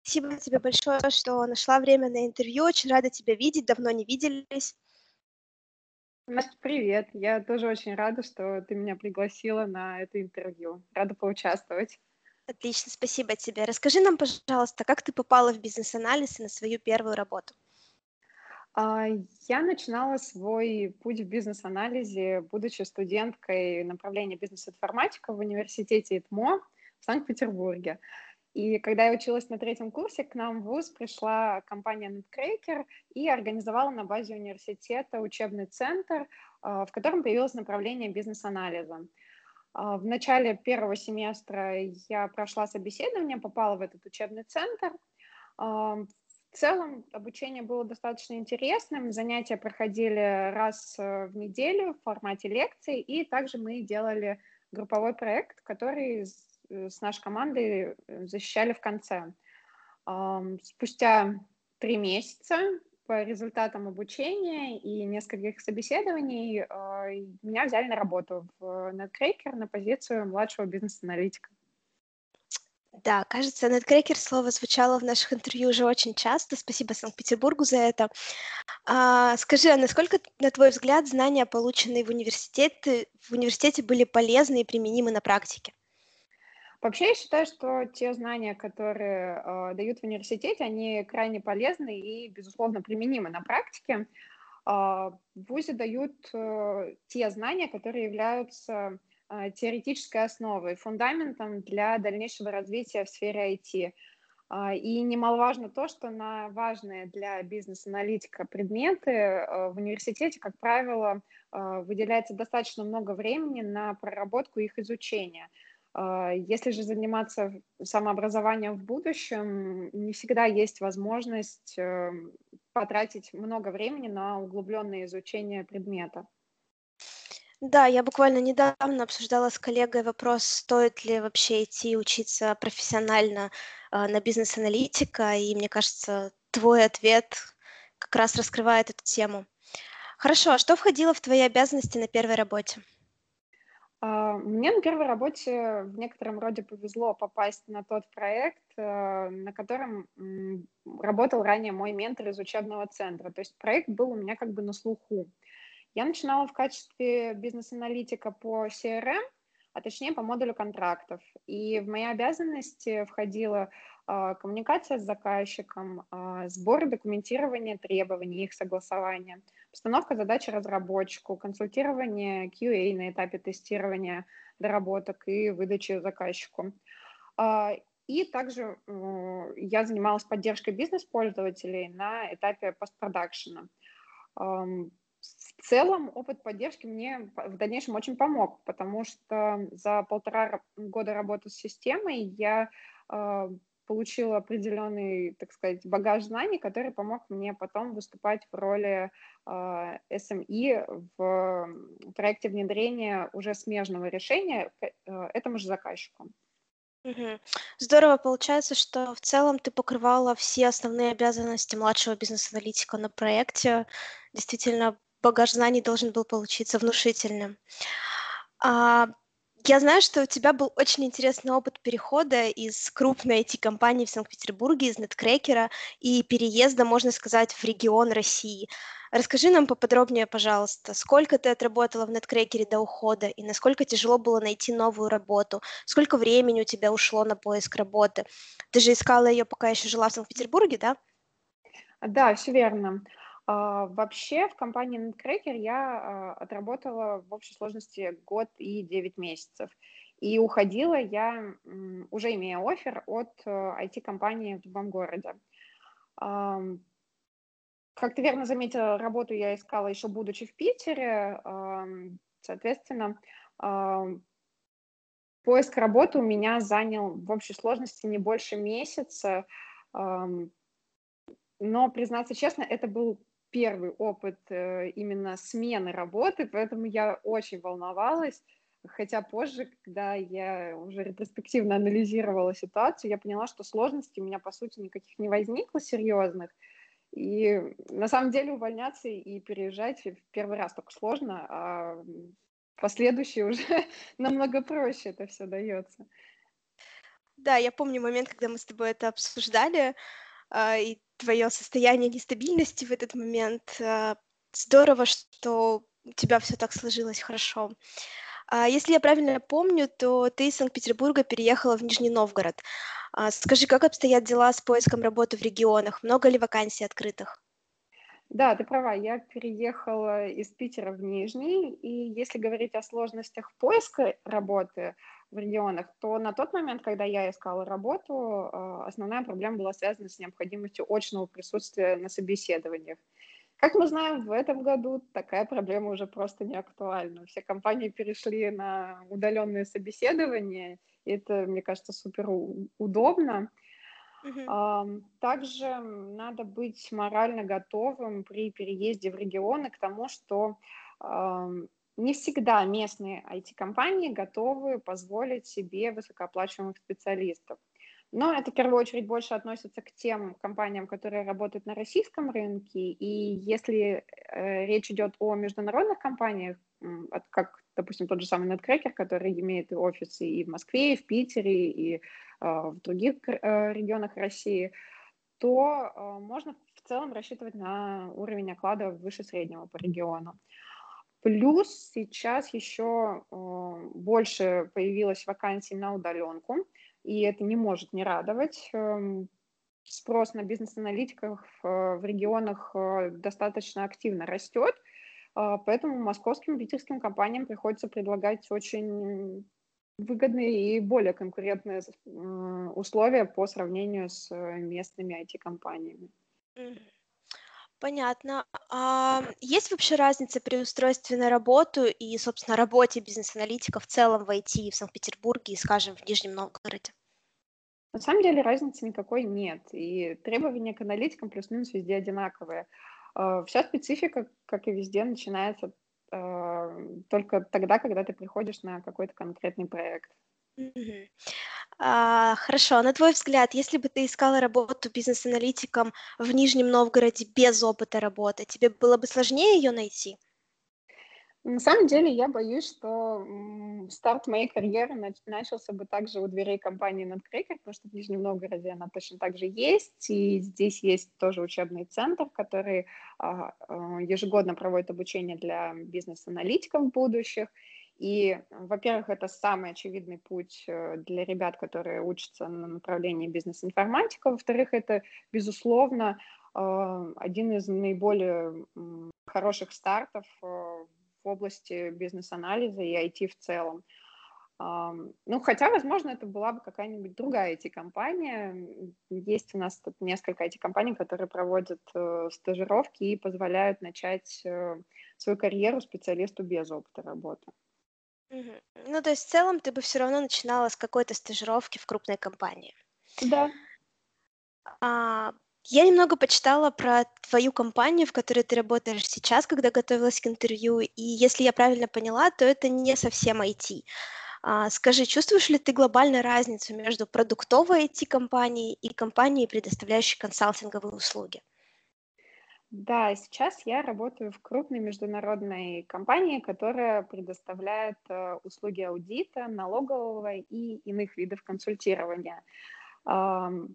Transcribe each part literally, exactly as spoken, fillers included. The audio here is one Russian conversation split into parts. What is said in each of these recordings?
Спасибо тебе большое, что нашла время на интервью. Очень рада тебя видеть, давно не виделись. Настя, привет. Я тоже очень рада, что ты меня пригласила на это интервью. Рада поучаствовать. Отлично, спасибо тебе. Расскажи нам, пожалуйста, как ты попала в бизнес-анализ и на свою первую работу? А, Я начинала свой путь в бизнес-анализе, будучи студенткой направления бизнес-информатика в университете ИТМО в Санкт-Петербурге. И когда я училась на третьем курсе, к нам в ВУЗ пришла компания Netcracker и организовала на базе университета учебный центр, а, в котором появилось направление бизнес-анализа. А, В начале первого семестра я прошла собеседование, попала в этот учебный центр. А, В целом обучение было достаточно интересным. Занятия проходили раз э, в неделю в формате лекций, и также мы делали групповой проект, который с э, с нашей командой э, защищали в конце. Ам, Спустя три месяца по результатам обучения и нескольких собеседований а, и меня взяли на работу в Netcracker на позицию младшего бизнес-аналитика. Да, кажется, Netcracker слово звучало в наших интервью уже очень часто. Спасибо Санкт-Петербургу за это. А, скажи, а насколько, на твой взгляд, знания, полученные в университете, в университете были полезны и применимы на практике? Вообще, я считаю, что те знания, которые а, дают в университете, они крайне полезны и, безусловно, применимы на практике. А, В ВУЗе дают э, те знания, которые являются а, теоретической основой, фундаментом для дальнейшего развития в сфере I T. А, И немаловажно то, что на важные для бизнес-аналитика предметы э, в университете, как правило, э, выделяется достаточно много времени на проработку их изучения. А, Если же заниматься самообразованием в будущем, не всегда есть возможность э, потратить много времени на углубленное изучение предмета. Да, я буквально недавно обсуждала с коллегой вопрос, стоит ли вообще идти учиться профессионально а, на бизнес-аналитика, и мне кажется, твой ответ как раз раскрывает эту тему. Хорошо, а что входило в твои обязанности на первой работе? А, Мне на первой работе в некотором роде повезло попасть на тот проект, э, на котором м, работал ранее мой ментор из учебного центра. То есть проект был у меня как бы на слуху. Я начинала в качестве бизнес-аналитика по си эр эм, а точнее по модулю контрактов. И в мои обязанности входила а, коммуникация с заказчиком, а, сбор и документирование требований, их согласование, постановка задачи разработчику, консультирование кью эй на этапе тестирования доработок и выдачи заказчику. А, И также э, я занималась поддержкой бизнес-пользователей на этапе постпродакшена. Ам, В целом опыт поддержки мне в дальнейшем очень помог, потому что за полтора ра- года работы с системой я а, получила определенный, так сказать, багаж знаний, который помог мне потом выступать в роли а, эс эм и в проекте внедрения уже смежного решения к э, этому же заказчику. Мгм. Здорово получается, что в целом ты покрывала все основные обязанности младшего бизнес-аналитика на проекте. Действительно, багаж знаний должен был получиться внушительным. А, я знаю, что у тебя был очень интересный опыт перехода из крупной I T-компании в Санкт-Петербурге, из Netcracker, и переезда, можно сказать, в регион России. Расскажи нам поподробнее, пожалуйста, сколько ты отработала в Netcracker до ухода и насколько тяжело было найти новую работу? Сколько времени у тебя ушло на поиск работы? Ты же искала ее, пока еще жила в Санкт-Петербурге, да? Да, все верно. А, Вообще в компании Netcracker я а, отработала в общей сложности год и девять месяцев. И уходила я, м, уже имея оффер от э, I T-компании в другом городе. Ам, Как ты верно заметила, работу я искала еще будучи в Питере. Ам, Соответственно, ам, поиск работы у меня занял в общей сложности не больше месяца. Ам, Но, признаться честно, это был первый опыт, э, именно смены работы, поэтому я очень волновалась. Хотя позже, когда я уже ретроспективно анализировала ситуацию, я поняла, что сложностей у меня, по сути, никаких не возникло серьезных. И на самом деле увольняться и переезжать в первый раз только сложно, а м, последующие уже намного проще это все дается. Да, я помню момент, когда мы с тобой это обсуждали, а, и твое состояние нестабильности в этот момент. А, Здорово, что у тебя все так сложилось хорошо. А, Если я правильно помню, то ты из Санкт-Петербурга переехала в Нижний Новгород. А, Скажи, как обстоят дела с поиском работы в регионах? Много ли вакансий открытых? Да, ты права, я переехала из Питера в Нижний, и если говорить о сложностях поиска работы в регионах, то на тот момент, когда я искала работу, а, основная проблема была связана с необходимостью очного присутствия на собеседованиях. Как мы знаем, в этом году такая проблема уже просто не актуальна. Все компании перешли на удаленные собеседования, и это, мне кажется, супер у- удобно. Мгм. Ам, Также надо быть морально готовым при переезде в регионы к тому, что ам, не всегда местные I T-компании готовы позволить себе высокооплачиваемых специалистов. Но это в первую очередь больше относится к тем компаниям, которые работают на российском рынке. И если э, речь идет о международных компаниях, м, от- как, допустим, тот же самый Netcracker, который имеет и офисы и в Москве, и в Питере, и а, в других э, регионах России, то а, можно в целом рассчитывать на уровень оклада выше среднего по региону. Плюс сейчас еще э, больше появилось вакансий на удаленку, и это не может не радовать. Эм, Спрос на бизнес-аналитиков э, в регионах э, достаточно активно растет, а, поэтому московским, питерским компаниям приходится предлагать очень выгодные и более конкурентные с- м, условия по сравнению с э, местными I T-компаниями. Мгм. Понятно. А есть вообще разница при устройстве на работу и, собственно, работе бизнес-аналитика в целом в I T в Санкт-Петербурге и, скажем, в Нижнем Новгороде? На самом деле разницы никакой нет, и требования к аналитикам плюс-минус везде одинаковые. Э, Вся специфика, как и везде, начинается э, только тогда, когда ты приходишь на какой-то конкретный проект. Мгм. А, хорошо, а на твой взгляд, если бы ты искала работу бизнес-аналитиком в Нижнем Новгороде без опыта работы, тебе было бы сложнее ее найти? На самом деле я боюсь, что м, старт моей карьеры нач- начался бы также у дверей компании Nutcracker, потому что в Нижнем Новгороде она точно так же есть, и здесь есть тоже учебный центр, который а, а, ежегодно проводит обучение для бизнес-аналитиков будущих. И, во-первых, это самый очевидный путь э, для ребят, которые учатся на направлении бизнес-информатика. Во-вторых, это, безусловно, э, один из наиболее м, хороших стартов э, в области бизнес-анализа и I T в целом. Ам, Ну, хотя, возможно, это была бы какая-нибудь другая I T-компания. М, Есть у нас тут несколько I T-компаний, которые проводят э, стажировки и позволяют начать э, свою карьеру специалисту без опыта работы. Мгм. Ну, то есть в целом ты бы все равно начинала с какой-то стажировки в крупной компании. Да. А, я немного почитала про твою компанию, в которой ты работаешь сейчас, когда готовилась к интервью, и если я правильно поняла, то это не совсем I T. А, скажи, чувствуешь ли ты глобальную разницу между продуктовой I T-компанией и компанией, предоставляющей консалтинговые услуги? Да, сейчас я работаю в крупной международной компании, которая предоставляет э, услуги аудита, налогового и иных видов консультирования. Ам,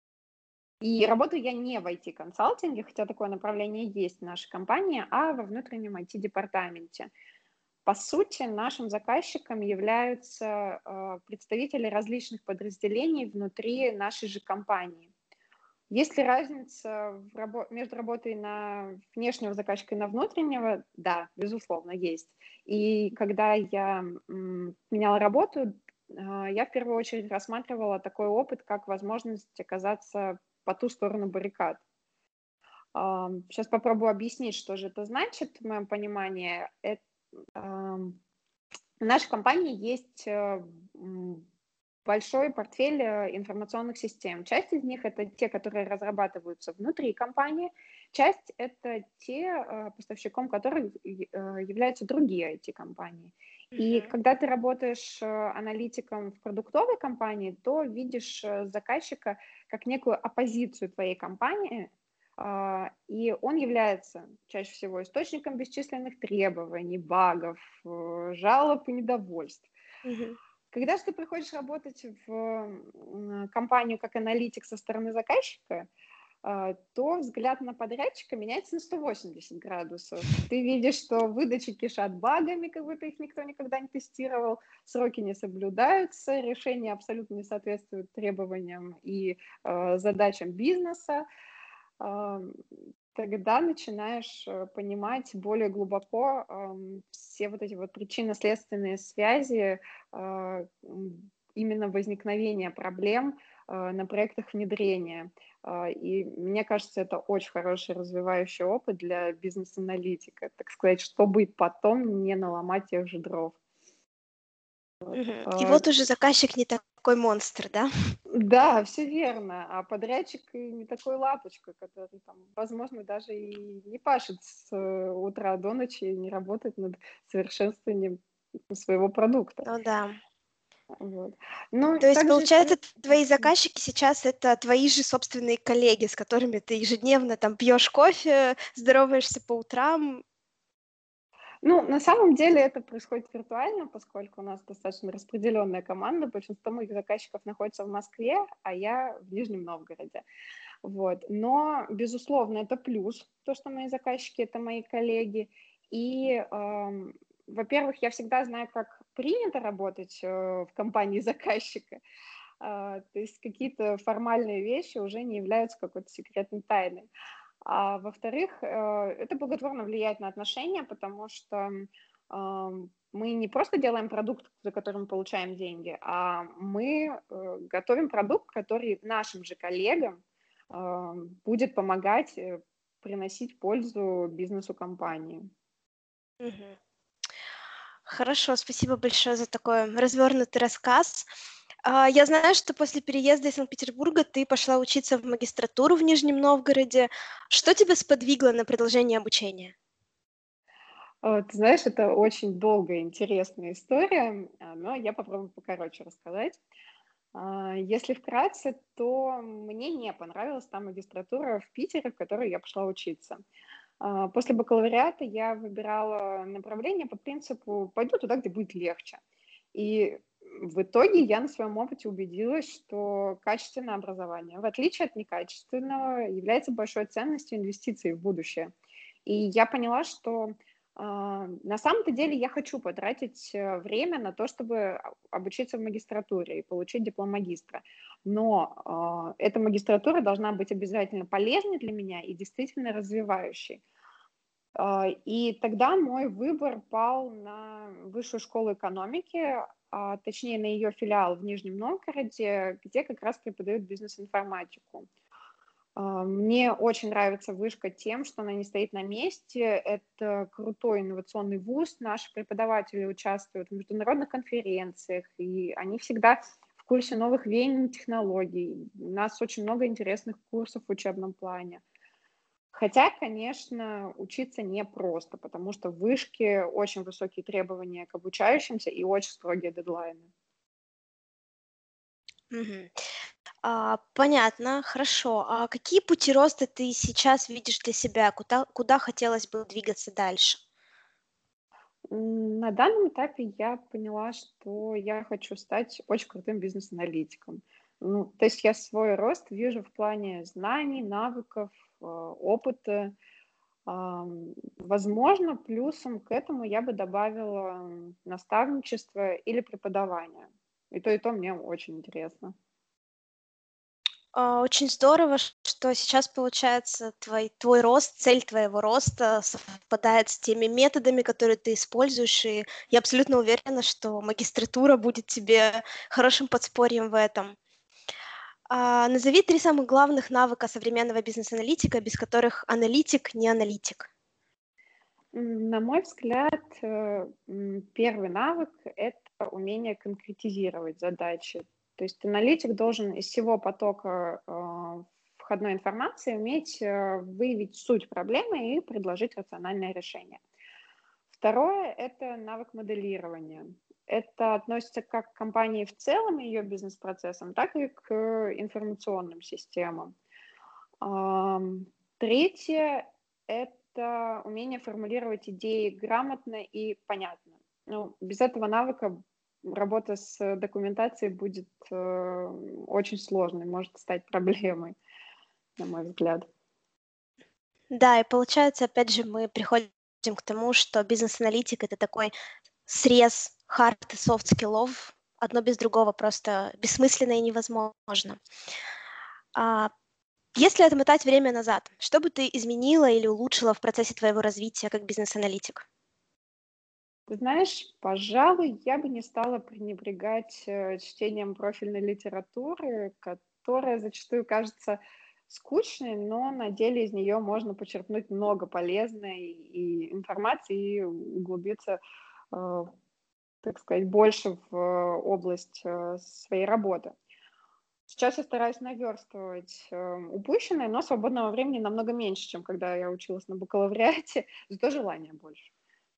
И работаю я не в I T-консалтинге, хотя такое направление есть в нашей компании, а во внутреннем I T-департаменте. По сути, нашим заказчиком являются э, представители различных подразделений внутри нашей же компании. Есть ли разница в рабо- между работой на внешнего заказчика и на внутреннего? Да, безусловно, есть. И когда я м, меняла работу, э, я в первую очередь рассматривала такой опыт, как возможность оказаться по ту сторону баррикад. Сейчас попробую объяснить, что же это значит, в моем понимании. Эт- ам, В нашей компании есть э, м, большой портфель э, информационных систем. Часть из них это те, которые разрабатываются внутри компании, часть это те, э, поставщиком которых и- э, являются другие I T-компании. И Мгм. когда ты работаешь э, аналитиком в продуктовой компании, то видишь э, заказчика как некую оппозицию твоей компании, а, и он является чаще всего источником бесчисленных требований, багов, э, жалоб и недовольств. Мгм. Когда же ты приходишь работать в м, компанию как аналитик со стороны заказчика, а, то взгляд на подрядчика меняется на сто восемьдесят градусов. Ты видишь, что выдачи кишат багами, как будто их никто никогда не тестировал, сроки не соблюдаются, решения абсолютно не соответствуют требованиям и э, задачам бизнеса. А, Тогда начинаешь э, понимать более глубоко ам, все вот эти вот причинно-следственные связи а, м, именно возникновения проблем а, на проектах внедрения. А, И мне кажется, это очень хороший развивающий опыт для бизнес-аналитика, так сказать, чтобы потом не наломать тех же дров. Мгм. И А, вот уже заказчик не такой монстр, да? Да, все верно. А подрядчик и не такой лапочка, который там, возможно, даже и не пашет с э, утра до ночи, и не работает над совершенствованием своего продукта. Ну да. Вот. Ну, То есть, также получается, история. твои заказчики сейчас это твои же собственные коллеги, с которыми ты ежедневно там пьешь кофе, здороваешься по утрам. Ну, на самом деле это происходит виртуально, поскольку у нас достаточно распределенная команда. Большинство моих заказчиков находится в Москве, а я в Нижнем Новгороде. Вот. Но, безусловно, это плюс, то, что мои заказчики — это мои коллеги. И, эм, во-первых, я всегда знаю, как принято работать э, в компании заказчика. А, то есть какие-то формальные вещи уже не являются какой-то секретной тайной. А во-вторых, э, это благотворно влияет на отношения, потому что ам, мы не просто делаем продукт, за который мы получаем деньги, а мы э, готовим продукт, который нашим же коллегам а, будет помогать э, приносить пользу бизнесу компании. Мгм. Хорошо, спасибо большое за такой развернутый рассказ. А, Я знаю, что после переезда из Санкт-Петербурга ты пошла учиться в магистратуру в Нижнем Новгороде. Что тебя сподвигло на продолжение обучения? А, Ты знаешь, это очень долгая, интересная история, а, но я попробую покороче рассказать. А, Если вкратце, то мне не понравилась та магистратура в Питере, в которую я пошла учиться. А, После бакалавриата я выбирала направление по принципу «пойду туда, где будет легче». И в итоге я на своем опыте убедилась, что качественное образование, в отличие от некачественного, является большой ценностью инвестиций в будущее. И я поняла, что а, на самом-то деле я хочу потратить э, время на то, чтобы а, обучиться в магистратуре и получить диплом магистра. Но а, эта магистратура должна быть обязательно полезной для меня и действительно развивающей. А, И тогда мой выбор пал на Высшую школу экономики, а точнее на ее филиал в Нижнем Новгороде, где как раз преподают бизнес-информатику. А, Мне очень нравится вышка тем, что она не стоит на месте. Это крутой инновационный вуз. Наши преподаватели участвуют в международных конференциях, и они всегда в курсе новых веяний технологий. У нас очень много интересных курсов в учебном плане. Хотя, конечно, учиться непросто, потому что в вышке очень высокие требования к обучающимся и очень строгие дедлайны. Мгм. А, понятно, хорошо. А какие пути роста ты сейчас видишь для себя? Куда, куда хотелось бы двигаться дальше? М, На данном этапе я поняла, что я хочу стать очень крутым бизнес-аналитиком. Ну, то есть я свой рост вижу в плане знаний, навыков, э, опыта. Ам, Возможно, плюсом к этому я бы добавила м, наставничество или преподавание. И то, и то мне очень интересно. А, Очень здорово, ш- что сейчас, получается, твой, твой рост, цель твоего роста совпадает с теми методами, которые ты используешь, и я абсолютно уверена, что магистратура будет тебе хорошим подспорьем в этом. А, назови три самых главных навыка современного бизнес-аналитика, без которых аналитик не аналитик. М, На мой взгляд, э, м, первый навык — это умение конкретизировать задачи. То есть аналитик должен из всего потока э, входной информации уметь э, выявить суть проблемы и предложить рациональное решение. Второе — это навык моделирования. Это относится как к компании в целом и ее бизнес-процессам, так и к информационным системам. Ам, Третье — это умение формулировать идеи грамотно и понятно. Ну, без этого навыка работа с документацией будет э, очень сложной, может стать проблемой, на мой взгляд. Да, и получается, опять же, мы приходим к тому, что бизнес-аналитик — это такой срез hard и soft скиллов. Одно без другого просто бессмысленно и невозможно. А если отмотать время назад, что бы ты изменила или улучшила в процессе твоего развития как бизнес-аналитик? Ты знаешь, пожалуй, я бы не стала пренебрегать э, чтением профильной литературы, которая зачастую кажется скучной, но на деле из нее можно почерпнуть много полезной и информации и углубиться, э, так сказать, больше в э, область э, своей работы. Сейчас я стараюсь наверстывать э, упущенное, но свободного времени намного меньше, чем когда я училась на бакалавриате, зато желания больше.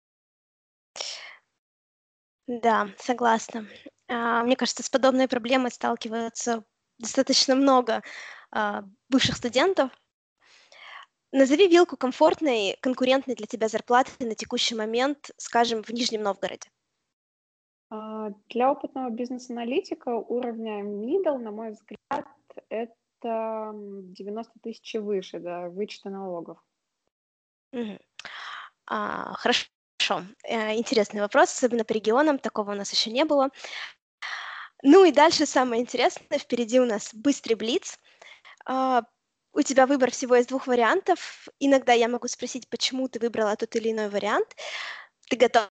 Да, согласна. А, мне кажется, с подобной проблемой сталкиваются достаточно много а, бывших студентов. Назови вилку комфортной, конкурентной для тебя зарплаты на текущий момент, скажем, в Нижнем Новгороде. А, Для опытного бизнес-аналитика уровня middle, на мой взгляд, это м, девяносто тысяч и выше, да, вычета налогов. Мгм. А, хорошо. Э, Интересный вопрос, особенно по регионам, такого у нас еще не было. Ну и дальше самое интересное, впереди у нас быстрый блиц. А, У тебя выбор всего из двух вариантов. Иногда я могу спросить, почему ты выбрала тот или иной вариант. Ты готова?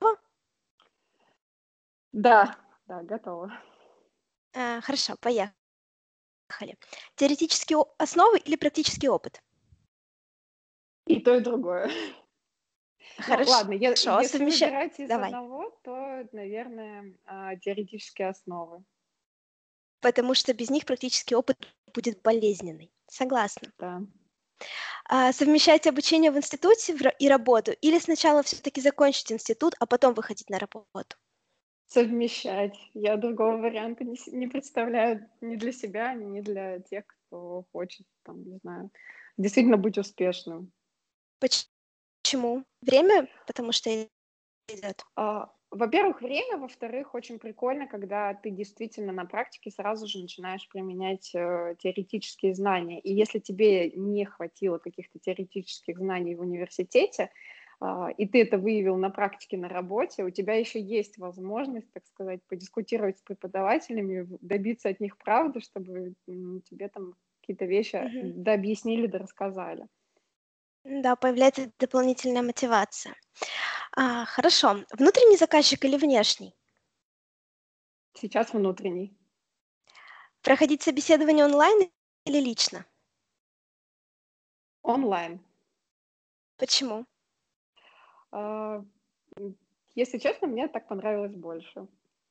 Да, да, готова. Э, Хорошо, поехали. Теоретические о- основы или практический опыт? И то, и другое. Ну, ладно, е- Хорошо, если совмещай. выбирать из Давай. одного, то, наверное, а, теоретические основы. Потому что без них практический опыт будет болезненный. Согласна. Да. А, совмещать обучение в институте в ра- и работу или сначала все-таки закончить институт, а потом выходить на работу? Совмещать. Я другого варианта не, с- не представляю ни для себя, ни для тех, кто хочет, там, не знаю, действительно быть успешным. Поч- Почему? Время? Потому что идет. А, Во-первых, время, во-вторых, очень прикольно, когда ты действительно на практике сразу же начинаешь применять э, теоретические знания. И если тебе не хватило каких-то теоретических знаний в университете, а, и ты это выявил на практике на работе, у тебя еще есть возможность, так сказать, подискутировать с преподавателями, в- добиться от них правды, чтобы м, тебе там какие-то вещи Мгм. дообъяснили, дорассказали. Да, появляется дополнительная мотивация. А, хорошо. Внутренний заказчик или внешний? Сейчас внутренний. Проходить собеседование онлайн или лично? Онлайн. Почему? А, м, Если честно, мне так понравилось больше.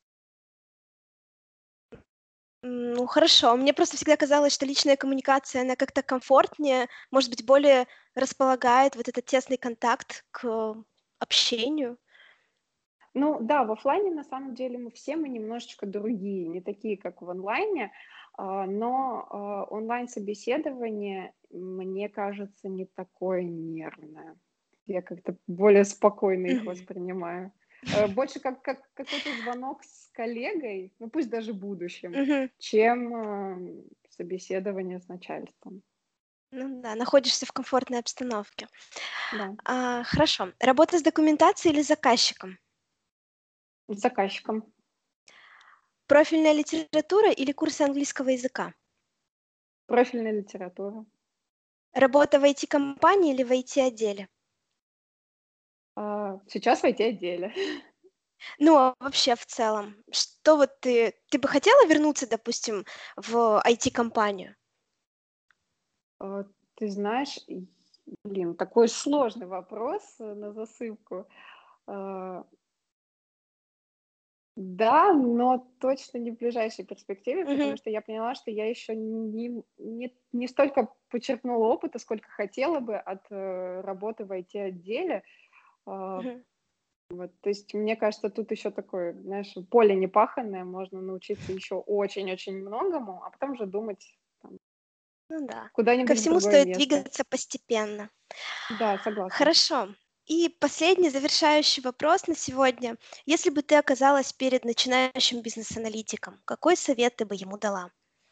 М, Ну, хорошо. Мне просто всегда казалось, что личная коммуникация, она как-то комфортнее, может быть, более располагает вот этот тесный контакт к общению. Ну да, в оффлайне на самом деле мы все мы немножечко другие, не такие, как в онлайне, а, но а, онлайн-собеседование, мне кажется, не такое нервное. Я как-то более спокойно их Мгм. воспринимаю. Э, Больше как, как какой-то звонок с коллегой, ну пусть даже будущим, Мгм. чем э, собеседование с начальством. Ну да, находишься в комфортной обстановке. Да, А, хорошо. Работа с документацией или заказчиком? с заказчиком. Профильная литература или курсы английского языка? Профильная литература. Работа в I T-компании или в I T-отделе? А, Сейчас в I T-отделе. Ну, а вообще в целом, что вот ты, ты бы хотела вернуться, допустим, в I T-компанию? А, Ты знаешь, и, блин, такой сложный вопрос э, на засыпку. А, Да, но точно не в ближайшей перспективе, потому Мгм, что я поняла, что я еще не, не, не столько почерпнула опыта, сколько хотела бы от э, работы в I T-отделе. А, мгм. Вот, то есть, мне кажется, тут еще такое, знаешь, поле непаханное, можно научиться еще очень-очень многому, а потом уже думать там, Ну да. Ко куда-нибудь в всему другое стоит место. двигаться постепенно. Да, согласна. Хорошо. И последний завершающий вопрос на сегодня. Если бы ты оказалась перед начинающим бизнес-аналитиком, какой совет ты бы ему дала?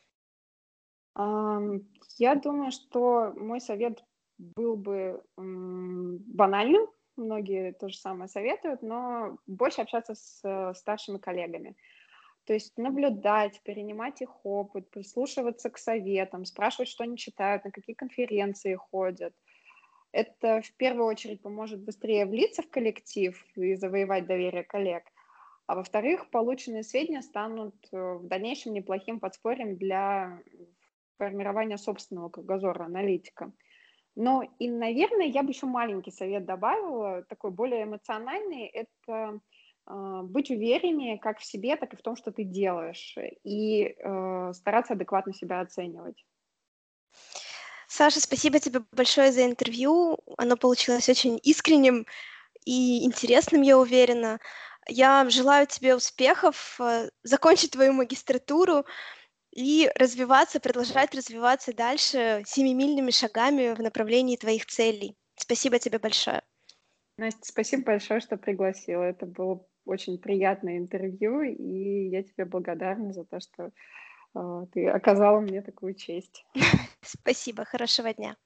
Ам, я думаю, что мой совет был бы м, банальным. Многие то же самое советуют, но больше общаться с э, старшими коллегами. То есть наблюдать, перенимать их опыт, прислушиваться к советам, спрашивать, что они читают, на какие конференции ходят. Это в первую очередь поможет быстрее влиться в коллектив и завоевать доверие коллег. А во-вторых, полученные сведения станут э, в дальнейшем неплохим подспорьем для формирования собственного кругозора аналитика. Но и, наверное, я бы еще маленький совет добавила, такой более эмоциональный, это э, быть увереннее как в себе, так и в том, что ты делаешь, и э, стараться адекватно себя оценивать. Саша, спасибо тебе большое за интервью. Оно получилось очень искренним и интересным, я уверена. Я желаю тебе успехов, э, закончить твою магистратуру и развиваться, продолжать развиваться дальше семимильными шагами в направлении твоих целей. Спасибо тебе большое. Настя, спасибо большое, что пригласила. Это было очень приятное интервью, и я тебе благодарна за то, что э, ты оказала мне такую честь. Спасибо, хорошего дня.